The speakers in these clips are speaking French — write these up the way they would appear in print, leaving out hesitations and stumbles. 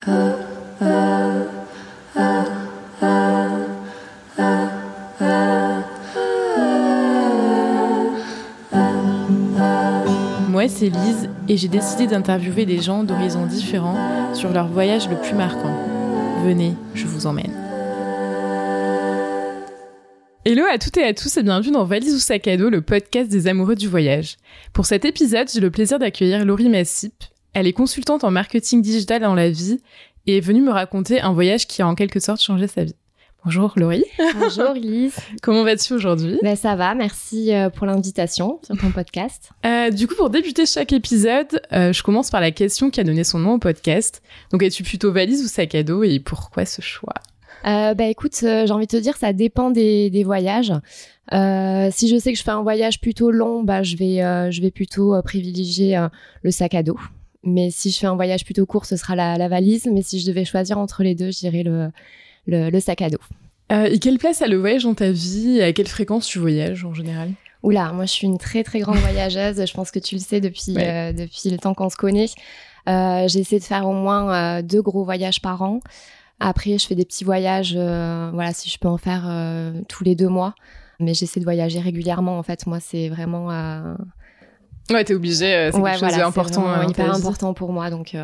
Moi, c'est Lise et j'ai décidé d'interviewer des gens d'horizons différents sur leur voyage le plus marquant. Venez, je vous emmène. Hello à toutes et à tous et bienvenue dans Valise ou Sac à dos, le podcast des amoureux du voyage. Pour cet épisode, j'ai le plaisir d'accueillir Laurie Massip. Elle est consultante en marketing digital dans la vie et est venue me raconter un voyage qui a en quelque sorte changé sa vie. Bonjour Laurie. Bonjour Lise. Comment vas-tu aujourd'hui ? Ça va, merci pour l'invitation sur ton podcast. Du coup, pour débuter chaque épisode, je commence par la question qui a donné son nom au podcast. Donc, es-tu plutôt valise ou sac à dos et pourquoi ce choix ? Écoute, j'ai envie de te dire, ça dépend des voyages. Si je sais que je fais un voyage plutôt long, je vais plutôt privilégier le sac à dos. Mais si je fais un voyage plutôt court, ce sera la valise. Mais si je devais choisir entre les deux, je dirais le sac à dos. Et quelle place a le voyage dans ta vie et à quelle fréquence tu voyages en général ? Oula, moi je suis une très très grande voyageuse. Je pense que tu le sais depuis le temps qu'on se connaît. J'essaie de faire au moins 2 gros voyages par an. Après, je fais des petits voyages, si je peux en faire tous les 2 mois. Mais j'essaie de voyager régulièrement. En fait, moi, c'est vraiment... Ouais, t'es obligée, c'est quelque chose d'important. C'est hyper important pour moi. Donc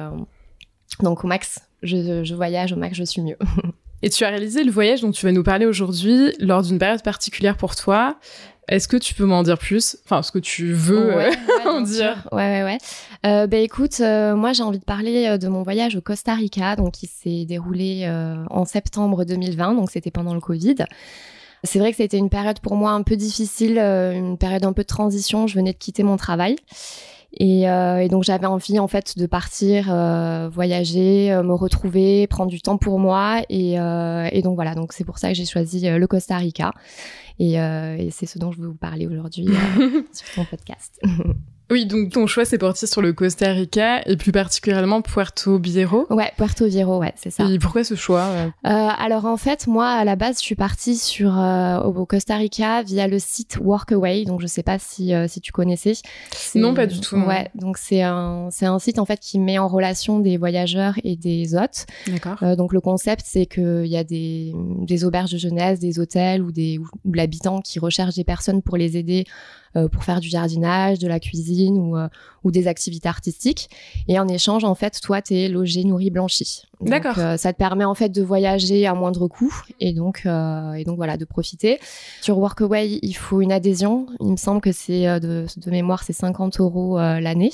au max, je voyage, au max, je suis mieux. Et tu as réalisé le voyage dont tu vas nous parler aujourd'hui lors d'une période particulière pour toi. Est-ce que tu peux m'en dire plus ? Enfin, ce que tu veux en dire. Ouais. Écoute, moi, j'ai envie de parler de mon voyage au Costa Rica, donc qui s'est déroulé en septembre 2020, donc c'était pendant le Covid. C'est vrai que c'était une période pour moi un peu difficile, une période un peu de transition. Je venais de quitter mon travail. Et donc j'avais envie en fait de partir voyager, me retrouver, prendre du temps pour moi et donc voilà, donc c'est pour ça que j'ai choisi le Costa Rica et c'est ce dont je veux vous parler aujourd'hui sur ton podcast. Oui, donc ton choix s'est porté sur le Costa Rica et plus particulièrement Puerto Viejo. Ouais, Puerto Viejo, ouais, c'est ça. Et pourquoi ce choix ? Alors en fait, moi à la base, je suis partie au Costa Rica via le site Workaway, donc je sais pas si tu connaissais. Non, pas du tout. Non. Ouais, donc c'est un site en fait qui met en relation des voyageurs et des hôtes. D'accord. Donc le concept, c'est que il y a des auberges de jeunesse, des hôtels ou l'habitant qui recherche des personnes pour les aider pour faire du jardinage, de la cuisine ou des activités artistiques. Et en échange, en fait, toi, t'es logé, nourri, blanchi. Donc, d'accord. Ça te permet en fait de voyager à moindre coût et donc voilà, de profiter. Sur Workaway, il faut une adhésion. Il me semble que c'est de mémoire, c'est 50 € l'année.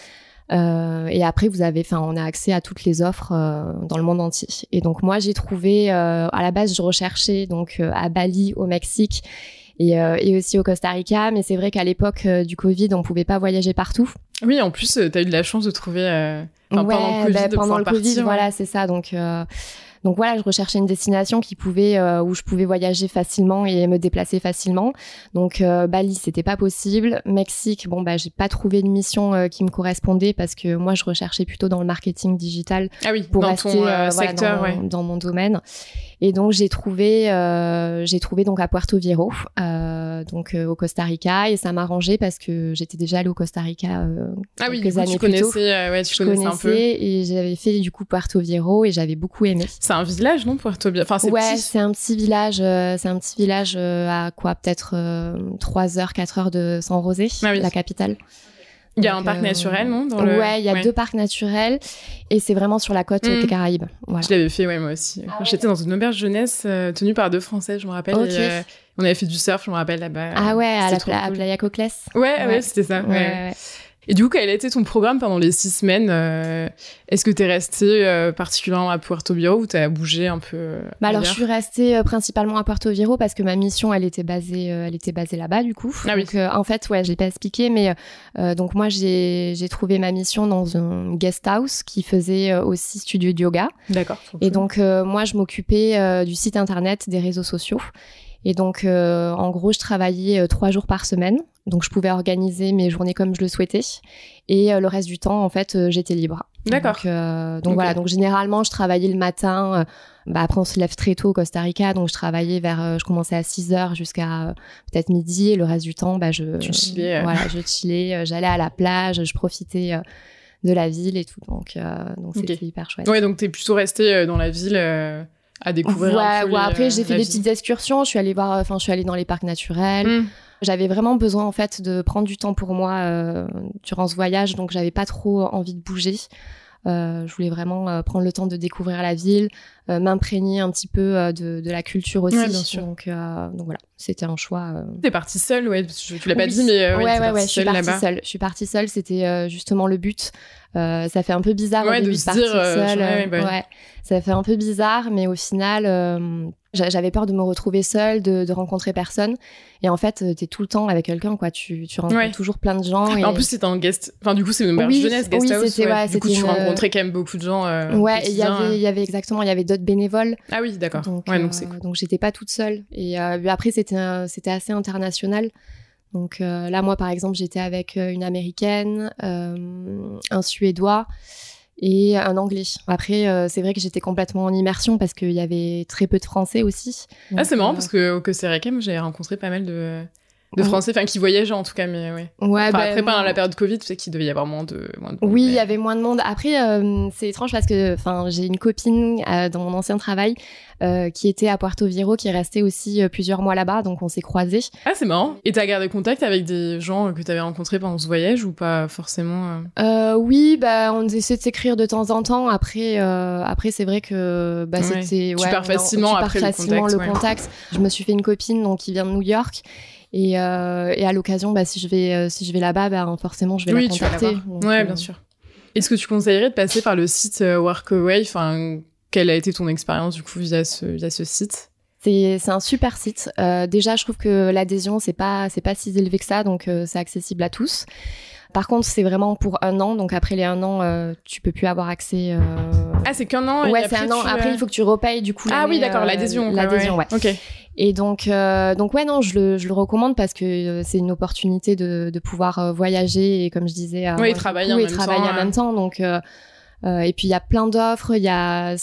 Et après, on a accès à toutes les offres dans le monde entier. Et donc moi, j'ai trouvé, à la base, je recherchais donc à Bali, au Mexique. Et aussi au Costa Rica, mais c'est vrai qu'à l'époque du Covid, on pouvait pas voyager partout. Oui, en plus, t'as eu de la chance de trouver pendant le Covid, pendant le Covid, partir, voilà, c'est ça. Donc voilà, je recherchais une destination où je pouvais voyager facilement et me déplacer facilement. Donc Bali, c'était pas possible. Mexique, j'ai pas trouvé de mission qui me correspondait parce que moi, je recherchais plutôt dans le marketing digital pour dans rester ton secteur, dans mon domaine. Et donc j'ai trouvé donc à Puerto Viejo, au Costa Rica, et ça m'a arrangé parce que j'étais déjà allée au Costa Rica quelques années plus tôt. Tu connaissais un peu. Et j'avais fait du coup Puerto Viejo et j'avais beaucoup aimé. C'est un village, non, Puerto Viejo ? Enfin, c'est petit. C'est un petit village. À quoi, peut-être 3 heures, 4 heures de San José, la capitale. Il y a un parc naturel, non ? Ouais, il y a 2 parcs naturels et c'est vraiment sur la côte des Caraïbes. Voilà. Je l'avais fait, moi aussi. J'étais dans une auberge jeunesse tenue par 2 Français, je me rappelle. Okay. Et, on avait fait du surf, je me rappelle, là-bas. Ah ouais, à Playa Cocles. Ouais, c'était ça. Ouais. Et du coup, quel a été ton programme pendant les 6 semaines ? Est-ce que t'es restée particulièrement à Puerto Viejo ou t'as bougé un peu alors, je suis restée principalement à Puerto Viejo parce que ma mission, elle était basée là-bas, du coup. Ah, donc, en fait, je l'ai pas expliqué, mais donc moi, j'ai trouvé ma mission dans un guest house qui faisait aussi studio de yoga. D'accord. Et donc, moi, je m'occupais du site internet, des réseaux sociaux. Et donc, en gros, je travaillais 3 jours par semaine. Donc, je pouvais organiser mes journées comme je le souhaitais. Et le reste du temps, en fait, j'étais libre. D'accord. Donc voilà. Donc, généralement, je travaillais le matin. Après, on se lève très tôt au Costa Rica. Donc, je travaillais je commençais à 6h jusqu'à peut-être midi. Et le reste du temps, Tu chillais. Voilà, je chillais. J'allais à la plage. Je profitais la ville et tout. Donc c'était hyper chouette. Ouais, donc t'es plutôt restée dans la ville à découvrir un peu après j'ai fait des vie. petites excursions, je suis allée dans les parcs naturels. J'avais vraiment besoin en fait de prendre du temps pour moi durant ce voyage, donc j'avais pas trop envie de bouger. Je voulais vraiment prendre le temps de découvrir la ville, m'imprégner un petit peu de la culture aussi. Ouais, bien sûr. Donc voilà, c'était un choix. T'es partie seule, ouais, tu l'as pas dit, mais je suis partie seule. Je suis partie seule, c'était justement le but. Ça fait un peu bizarre au début de partir seule. Ça fait un peu bizarre, mais au final, j'avais peur de me retrouver seule, de rencontrer personne. Et en fait, t'es tout le temps avec quelqu'un, quoi. Tu rencontres toujours plein de gens. Et... En plus, c'était un guest. Enfin, du coup, c'est une auberge jeunesse, guest house. Du coup, tu rencontrais quand même beaucoup de gens. Et il y avait d'autres bénévoles. Ah oui, d'accord. Donc c'est cool. Donc j'étais pas toute seule. Et après, c'était assez international. Donc là, moi, par exemple, j'étais avec une Américaine, un Suédois et un Anglais. Après, c'est vrai que j'étais complètement en immersion parce qu'il y avait très peu de Français aussi. Donc, c'est marrant parce que au Costa Rica, j'avais rencontré pas mal de Français, enfin qui voyageaient en tout cas, mais ouais. Après, pendant la période Covid, tu sais qu'il devait y avoir moins de monde. Oui, il y avait moins de monde. Après, c'est étrange parce que j'ai une copine dans mon ancien travail qui était à Puerto Viejo, qui est restée aussi plusieurs mois là-bas, donc on s'est croisés. Ah, c'est marrant. Et t'as gardé contact avec des gens que t'avais rencontrés pendant ce voyage ou pas forcément Oui, on essaie de s'écrire de temps en temps. Après, c'est vrai que c'était... Tu pars facilement après le contact. Je me suis fait une copine donc, qui vient de New York. Et à l'occasion, si je vais là-bas, forcément, je vais la contacter. Donc, bien sûr. Est-ce que tu conseillerais de passer par le site Workaway ? Quelle a été ton expérience du coup via ce site ? C'est un super site. Déjà, je trouve que l'adhésion, c'est pas si élevé que ça, donc c'est accessible à tous. Par contre, c'est vraiment pour 1 an, donc après les 1 an, tu peux plus avoir accès. Ah, c'est qu'un an. Ouais, c'est 1 an. Après, il faut que tu repayes du coup. Ah oui, d'accord, l'adhésion. L'adhésion, ouais. Ok. Et donc ouais, non, je le recommande parce que c'est une opportunité de pouvoir voyager et comme je disais, travailler en même temps. Donc et puis il y a plein d'offres, il y a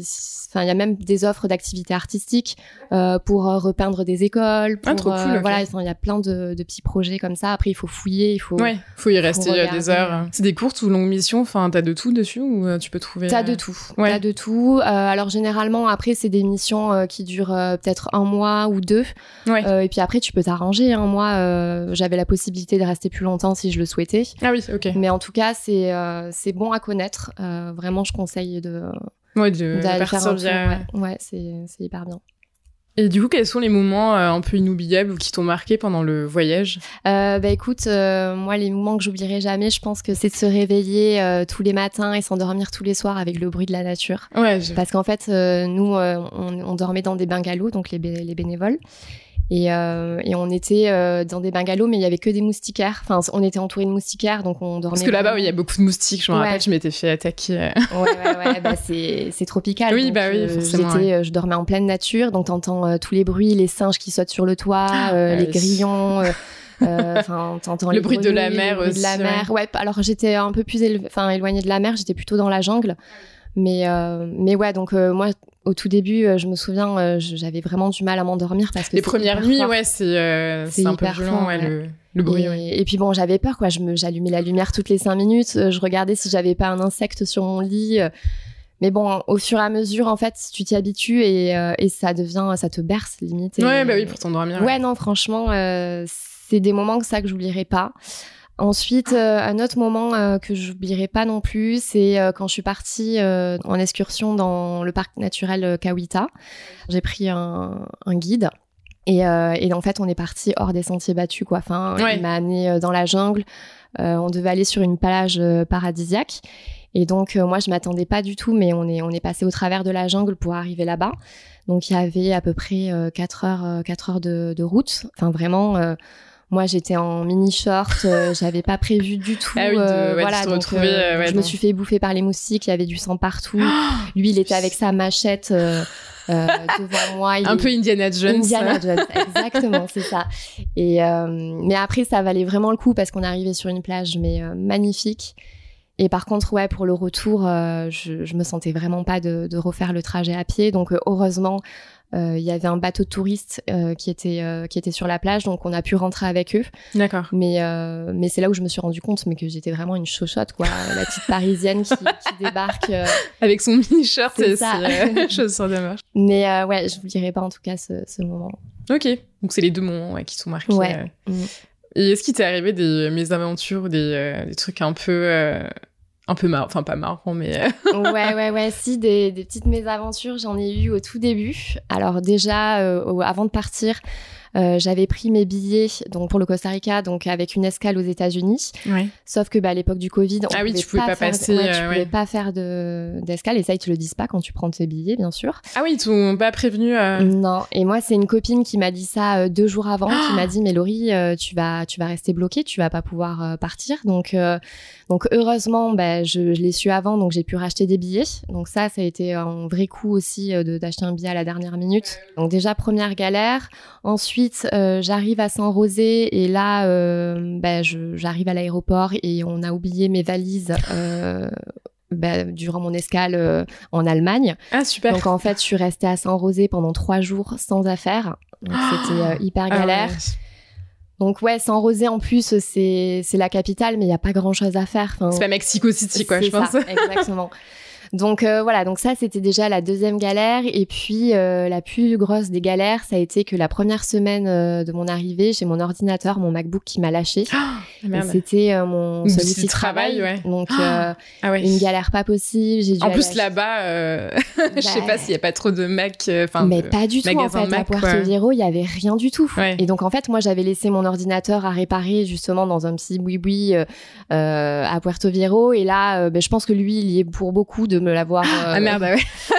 même des offres d'activités artistiques pour repeindre des écoles, pour trop cool, voilà, il y a plein de petits projets comme ça. Après il faut fouiller, il faut y rester des heures. C'est des courtes ou longues missions, enfin t'as de tout dessus ou tu peux trouver T'as de tout. T'as de tout. Alors généralement après c'est des missions qui durent peut-être 1 mois ou 2. Et puis après tu peux t'arranger. Moi j'avais la possibilité de rester plus longtemps si je le souhaitais. Ah oui, ok. Mais en tout cas c'est bon à connaître. Vraiment, je conseille d'aller faire un tour. Ouais, c'est hyper bien. Et du coup, quels sont les moments un peu inoubliables ou qui t'ont marqué pendant le voyage ? Écoute, moi, les moments que j'oublierai jamais, je pense que c'est de se réveiller tous les matins et s'endormir tous les soirs avec le bruit de la nature. Parce qu'en fait, nous, on dormait dans des bungalows, donc les bénévoles. Et on était dans des bungalows, mais il y avait que des moustiquaires. Enfin, on était entouré de moustiquaires, donc on dormait. Parce que là-bas, il y a beaucoup de moustiques. Je me rappelle, je m'étais fait attaquer. C'est tropical. Oui, donc, forcément. Je dormais en pleine nature, donc t'entends tous les bruits, les singes qui sautent sur le toit, les grillons. T'entends le bruit de la mer aussi. De la mer. Ouais. Alors j'étais un peu plus éloignée de la mer. J'étais plutôt dans la jungle. Mais ouais, donc moi, au tout début, je me souviens, j'avais vraiment du mal à m'endormir parce que les premières nuits, c'est un peu violent, le bruit. Et puis bon, j'avais peur, quoi. J'allumais la lumière toutes les 5 minutes. Je regardais si j'avais pas un insecte sur mon lit. Mais bon, au fur et à mesure, en fait, tu t'y habitues et ça te berce limite. Pour t'endormir. Ouais, non, franchement, c'est des moments que j'oublierai pas. Ensuite, un autre moment que j'oublierai pas non plus, c'est quand je suis partie en excursion dans le parc naturel Cahuita. J'ai pris un guide et en fait, on est parti hors des sentiers battus, quoi. Il m'a amené dans la jungle. On devait aller sur une plage paradisiaque. Et donc, moi, je m'attendais pas du tout, mais on est passé au travers de la jungle pour arriver là-bas. Donc, il y avait à peu près 4 heures de route. Enfin, vraiment... Moi, j'étais en mini-short, j'avais pas prévu du tout. Je me suis fait bouffer par les moustiques, il y avait du sang partout. Lui, il était avec sa machette devant moi. Un peu Indiana Jones. Indiana Jones, exactement, c'est ça. Et mais après, ça valait vraiment le coup parce qu'on arrivait sur une plage magnifique. Et par contre, ouais, pour le retour, je me sentais vraiment pas de refaire le trajet à pied. Donc, heureusement, il y avait un bateau de touristes qui était sur la plage, donc on a pu rentrer avec eux. D'accord. Mais c'est là où je me suis rendu compte que j'étais vraiment une chochotte, quoi. La petite Parisienne qui débarque. Avec son mini-shirt et ça. ses chaussures de marche. Mais ouais, je n'oublierai pas en tout cas ce moment. Ok, donc c'est les 2 moments qui sont marqués. Ouais. Et est-ce qu'il t'est arrivé des mésaventures ou des trucs un peu marrants, enfin pas marrants, mais... Ouais, si, des petites mésaventures, j'en ai eu au tout début. Alors déjà, avant de partir, j'avais pris mes billets donc pour le Costa Rica, donc avec une escale aux États-Unis. Ouais. Sauf que à l'époque du Covid, tu pouvais pas passer. Tu pouvais pas faire d'escale, et ça ils te le disent pas quand tu prends tes billets, bien sûr. Ah oui, ils t'ont pas prévenu. Non. Et moi, c'est une copine qui m'a dit ça 2 jours avant, qui m'a dit mais Laurie, tu vas rester bloquée, tu vas pas pouvoir partir. Donc heureusement, je l'ai su avant, donc j'ai pu racheter des billets. Donc ça a été un vrai coup aussi d'acheter un billet à la dernière minute. Donc déjà première galère. Ensuite, j'arrive à San José et là, j'arrive à l'aéroport et on a oublié mes valises durant mon escale en Allemagne. Ah, super. Donc en fait, je suis restée à San José pendant 3 jours sans affaires. Donc c'était hyper galère. Ouais. Donc ouais, San José en plus, c'est la capitale, mais il n'y a pas grand-chose à faire. C'est pas Mexico City, quoi, je pense. C'est ça, exactement. Donc voilà, donc ça c'était déjà la deuxième galère. Et puis la plus grosse des galères, ça a été que la première semaine de mon arrivée, j'ai mon ordinateur, mon MacBook qui m'a lâché. C'était mon celui de travail. Ouais. Donc une galère pas possible. J'ai dû en plus là-bas, je sais pas s'il y a pas trop de Mac. Mais pas du tout en fait. Mac, à Puerto Viejo, il y avait rien du tout. Ouais. Et donc en fait, moi j'avais laissé mon ordinateur à réparer justement dans un petit boui-boui à Puerto Viejo. Et là, je pense que lui, il y est pour beaucoup de me l'avoir. Ah merde, ouais.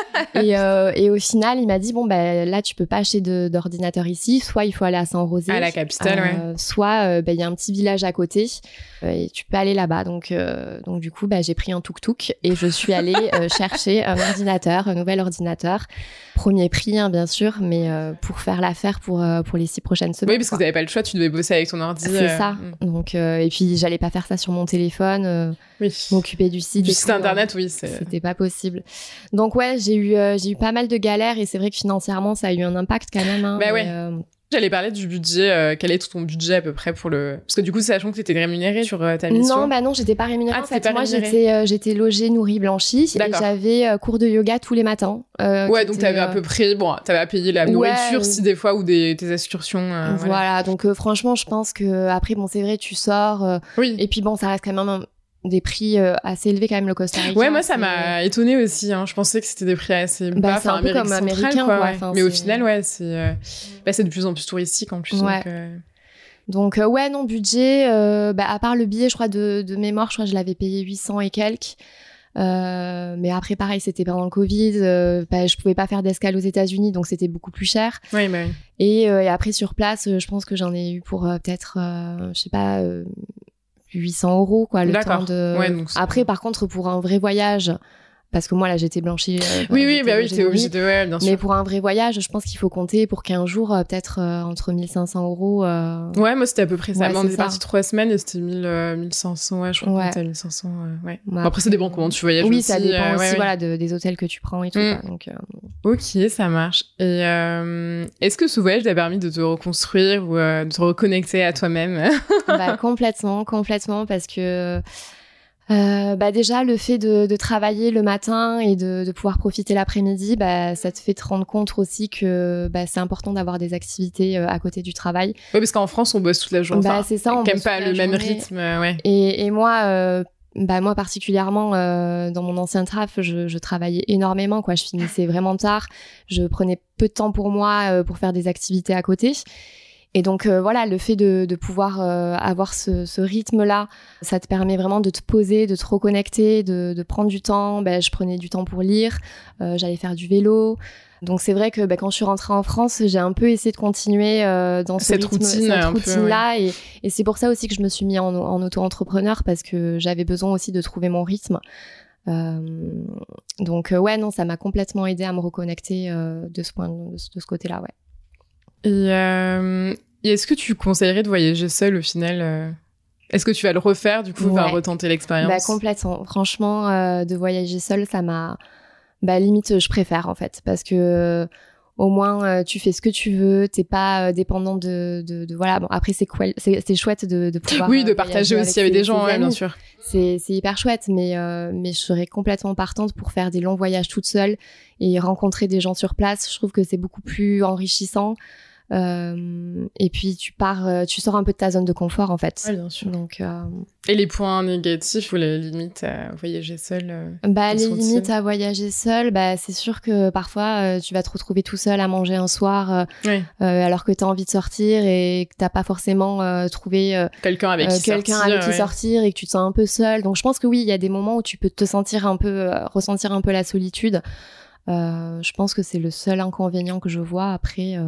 Et au final, il m'a dit là, tu peux pas acheter d'ordinateur ici. Soit il faut aller à San José, à la capitale, ouais. Soit il y a un petit village à côté et tu peux aller là-bas. Donc du coup, j'ai pris un tuk-tuk et je suis allée chercher un nouvel ordinateur. Premier prix, hein, bien sûr, mais pour faire l'affaire pour les 6 prochaines semaines. Oui, parce que vous n'avais pas le choix, tu devais bosser avec ton ordi. C'est ça. Donc et puis j'allais pas faire ça sur mon téléphone. M'occuper du site. Du site internet, oui. C'était pas possible. Donc ouais, j'ai eu pas mal de galères et c'est vrai que financièrement, ça a eu un impact quand même. Hein, ouais. J'allais parler du budget. Quel est tout ton budget à peu près pour le... Parce que du coup, sachant que tu étais rémunérée sur ta mission. Non, j'étais pas rémunérée. En fait, moi, j'étais logée, nourrie, blanchie. D'accord. Et j'avais cours de yoga tous les matins. Ouais, donc t'avais à peu près... Bon, t'avais à payer la nourriture si des fois ou tes excursions. Voilà, donc franchement, je pense que après, c'est vrai, tu sors. Oui. Et puis ça reste quand même des prix assez élevés quand même, le Costa Rica. Ouais, moi ça m'a étonnée aussi. Je pensais que c'était des prix assez bas. C'est un peu comme américain, quoi. Ouais. Mais au final, ouais, c'est de plus en plus touristique en plus. Ouais. Donc ouais, non, budget. À part le billet, je crois de mémoire, je crois que je l'avais payé 800 et quelques. Mais après, pareil, c'était pendant le Covid. Je pouvais pas faire d'escale aux États-Unis, donc c'était beaucoup plus cher. Oui, mais... Et après, sur place, je pense que j'en ai eu pour peut-être, je sais pas... 800 €, quoi, le temps de... Ouais, après, par contre, pour un vrai voyage, parce que moi, là, j'étais blanchie. Oui, t'es obligée de... Ouais, bien sûr. Mais pour un vrai voyage, je pense qu'il faut compter pour 15 jours, peut-être entre 1500 €. Ouais, moi, c'était à peu près ça. On est parti 3 semaines et c'était 1500, ouais, je crois que c'était 1500, ouais. Bon, après, ça dépend comment tu voyages aussi. Oui, ça dépend aussi, voilà, des hôtels que tu prends et tout, quoi, donc... Ok, ça marche. Et est-ce que ce voyage t'a permis de te reconstruire ou de te reconnecter à toi-même? Complètement, parce que... déjà le fait de travailler le matin et de pouvoir profiter l'après-midi, ça te fait te rendre compte aussi que c'est important d'avoir des activités à côté du travail. Oui, parce qu'en France on bosse toute la journée. C'est ça, on bosse pas le même rythme, ouais. Et moi moi particulièrement dans mon ancien traf, je travaillais énormément, quoi. Je finissais vraiment tard, je prenais peu de temps pour moi pour faire des activités à côté. Et donc voilà, le fait de pouvoir avoir ce rythme-là, ça te permet vraiment de te poser, de te reconnecter, de prendre du temps. Je prenais du temps pour lire, j'allais faire du vélo. Donc c'est vrai que quand je suis rentrée en France, j'ai un peu essayé de continuer dans cette routine-là. Ouais. Et c'est pour ça aussi que je me suis mis en auto-entrepreneur, parce que j'avais besoin aussi de trouver mon rythme. Donc ouais, non, ça m'a complètement aidée à me reconnecter de ce côté-là, ouais. Et est-ce que tu conseillerais de voyager seule au final Est-ce que tu vas le refaire, du coup, retenter l'expérience? Bah, complètement. Franchement, de voyager seule, ça m'a... Bah, limite, je préfère, en fait. Parce que... au moins, tu fais ce que tu veux, t'es pas dépendant de voilà. Bon, après, c'est chouette de pouvoir. Oui, de partager aussi avec des gens, ouais, bien sûr. C'est hyper chouette, mais je serais complètement partante pour faire des longs voyages toute seule et rencontrer des gens sur place. Je trouve que c'est beaucoup plus enrichissant. Et puis tu sors un peu de ta zone de confort en fait. Ouais, bien sûr. Donc, et les points négatifs ou les limites à voyager seul les limites à voyager seul, c'est sûr que parfois tu vas te retrouver tout seul à manger un soir alors que t'as envie de sortir et que t'as pas forcément trouvé quelqu'un avec qui sortir et que tu te sens un peu seul. Donc je pense que oui, il y a des moments où tu peux te sentir un peu ressentir un peu la solitude. Je pense que c'est le seul inconvénient que je vois. Après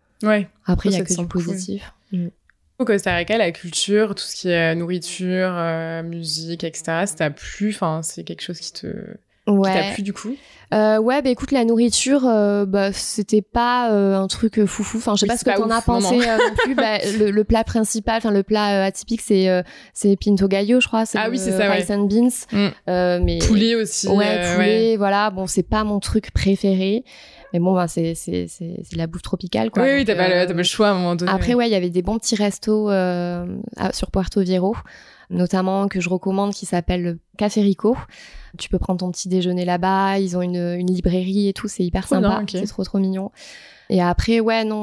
il y a que du positif. Cool. Au Costa Rica, la culture, tout ce qui est nourriture, musique, etc., ça t'a plu? Enfin, c'est quelque chose qui t'a plu du coup? Écoute, la nourriture, c'était pas un truc foufou. Enfin, je sais pas ce que t'en as pensé non plus. Le plat principal, enfin le plat atypique, c'est pinto gallo, je crois. C'est ça, rice and beans. Mais poulet aussi. Poulet, voilà. Bon, c'est pas mon truc préféré. Mais bon, c'est de la bouffe tropicale, quoi. Oui, t'as pas le choix à un moment donné. Après, il y avait des bons petits restos sur Puerto Viejo, notamment que je recommande, qui s'appelle Café Rico. Tu peux prendre ton petit déjeuner là-bas. Ils ont une librairie et tout, c'est hyper sympa. C'est trop mignon. Et après,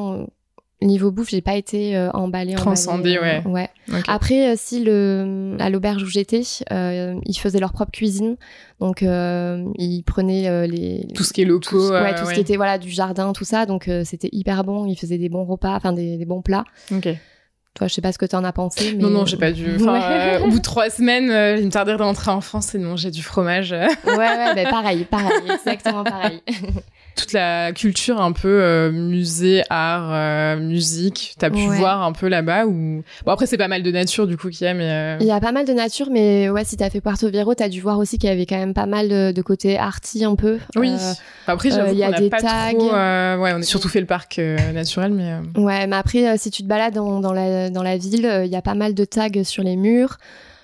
niveau bouffe, j'ai pas été emballée. Transcendée, ouais. Okay. Après, à l'auberge où j'étais, ils faisaient leur propre cuisine. Donc, ils prenaient tout ce qui est locaux. Tout ce qui était du jardin, tout ça. Donc, c'était hyper bon. Ils faisaient des bons repas, enfin des bons plats. Ok. Toi, je sais pas ce que t'en as pensé. Mais... Non, j'ai pas dû. Au bout de 3 semaines, il me tardait de rentrer en France et de manger du fromage. Pareil, exactement pareil. Toute la culture un peu musée, art, musique, t'as pu voir un peu là-bas ou... Bon, après, c'est pas mal de nature, du coup, qu'il y a, mais... Il y a pas mal de nature, mais si t'as fait Puerto Viejo, t'as dû voir aussi qu'il y avait quand même pas mal de côté arty, un peu. Oui. Après, j'avoue qu'on a pas tags. trop... on a surtout fait le parc naturel, mais... Ouais, mais après, si tu te balades dans la ville, il y a pas mal de tags sur les murs.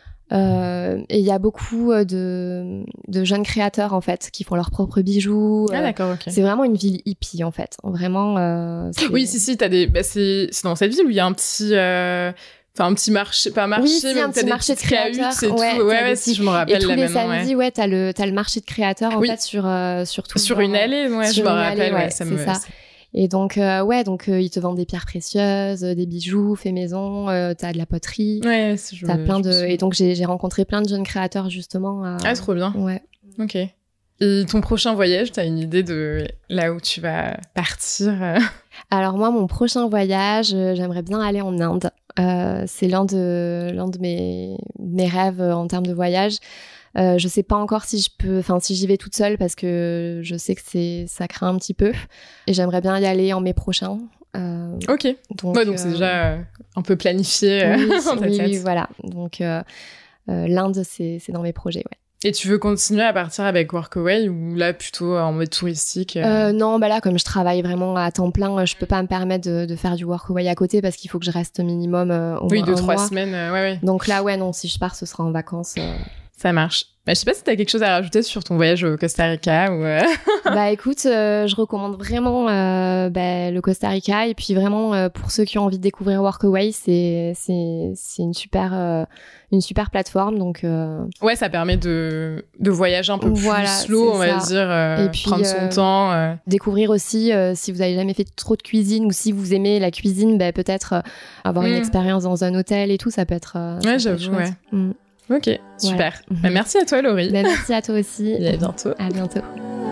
Et il y a beaucoup de jeunes créateurs en fait qui font leurs propres bijoux. D'accord, ok. C'est vraiment une ville hippie en fait. Vraiment. Oui, si, t'as des. C'est dans cette ville où il y a un petit. Un petit marché, pas un marché, mais un petit marché de créateurs. Si je me rappelle. Et tous les samedis, t'as le marché de créateurs en fait sur tout. Sur une allée, je me rappelle. C'est ça. Et donc, ils te vendent des pierres précieuses, des bijoux faits maison, t'as de la poterie. Ouais, t'as plein de... Et donc, j'ai rencontré plein de jeunes créateurs, justement. Ah, trop bien. Ouais. Ok. Et ton prochain voyage, t'as une idée de là où tu vas partir? Alors, moi, mon prochain voyage, j'aimerais bien aller en Inde. C'est l'un de mes rêves en termes de voyage. Je sais pas encore si j'y vais toute seule parce que je sais que ça craint un petit peu et j'aimerais bien y aller en mai prochain. Ok. Donc c'est déjà un peu planifié dans ta tête. Oui, voilà. Donc l'Inde, c'est dans mes projets, ouais. Et tu veux continuer à partir avec Workaway ou là plutôt en mode touristique? Non, là comme je travaille vraiment à temps plein, je peux pas me permettre de faire du Workaway à côté parce qu'il faut que je reste minimum au moins 2-3 semaines. Ouais. Donc là, non, si je pars, ce sera en vacances. Ça marche. Je sais pas si t'as quelque chose à rajouter sur ton voyage au Costa Rica ou... Écoute, je recommande vraiment le Costa Rica et puis vraiment pour ceux qui ont envie de découvrir Workaway, c'est une super plateforme donc. Ouais, ça permet de voyager un peu plus slow, on va dire, et puis, prendre son temps. Découvrir aussi si vous avez jamais fait trop de cuisine ou si vous aimez la cuisine, peut-être avoir une expérience dans un hôtel et tout, ça peut être. J'avoue, ouais. Ok, super. Voilà. Merci à toi, Laurie. Merci à toi aussi. Et à bientôt. À bientôt.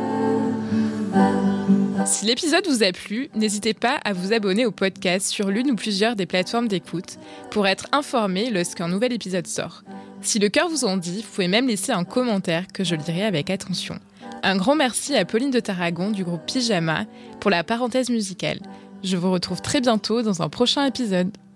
Si l'épisode vous a plu, n'hésitez pas à vous abonner au podcast sur l'une ou plusieurs des plateformes d'écoute pour être informé lorsqu'un nouvel épisode sort. Si le cœur vous en dit, vous pouvez même laisser un commentaire que je lirai avec attention. Un grand merci à Pauline de Tarragon du groupe Pyjama pour la parenthèse musicale. Je vous retrouve très bientôt dans un prochain épisode.